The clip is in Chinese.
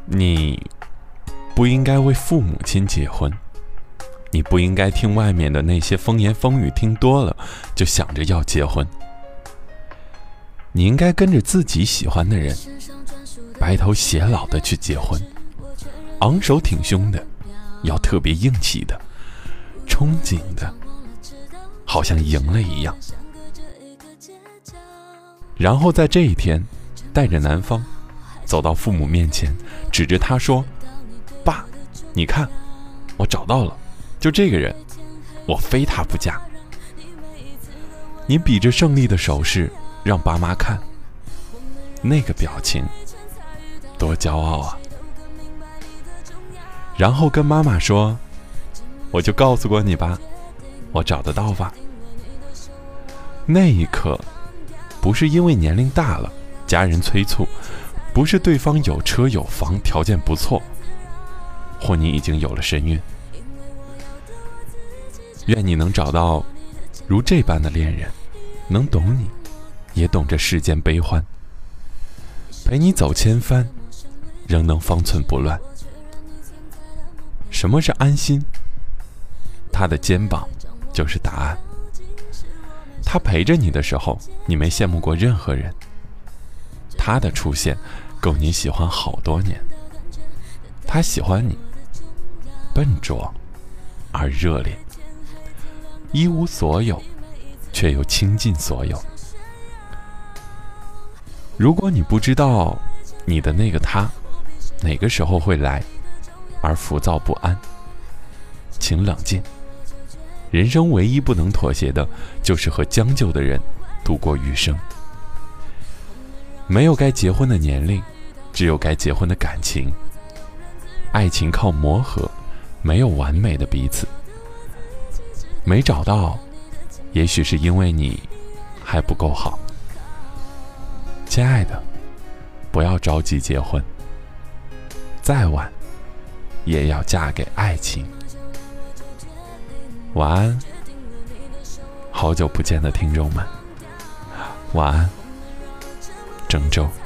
你不应该为父母亲结婚，你不应该听外面的那些风言风语，听多了就想着要结婚。你应该跟着自己喜欢的人，白头偕老的去结婚，昂首挺胸的，要特别硬气的，憧憬的，好像赢了一样。然后在这一天，带着男方走到父母面前，指着他说：爸，你看，我找到了，就这个人，我非他不嫁。你比着胜利的手势让爸妈看，那个表情多骄傲啊。然后跟妈妈说：我就告诉过你吧，我找得到吧。那一刻，不是因为年龄大了，家人催促，不是对方有车有房，条件不错，或你已经有了身孕。愿你能找到如这般的恋人，能懂你，也懂这世间悲欢，陪你走千帆，仍能方寸不乱。什么是安心？他的肩膀就是答案。他陪着你的时候，你没羡慕过任何人。他的出现够你喜欢好多年。他喜欢你，笨拙而热烈，一无所有，却又倾尽所有。如果你不知道你的那个他哪个时候会来，而浮躁不安，请冷静。人生唯一不能妥协的，就是和将就的人度过余生。没有该结婚的年龄，只有该结婚的感情。爱情靠磨合，没有完美的彼此。没找到，也许是因为你还不够好。亲爱的，不要着急结婚，再晚也要嫁给爱情。晚安，好久不见的听众们，晚安，郑州。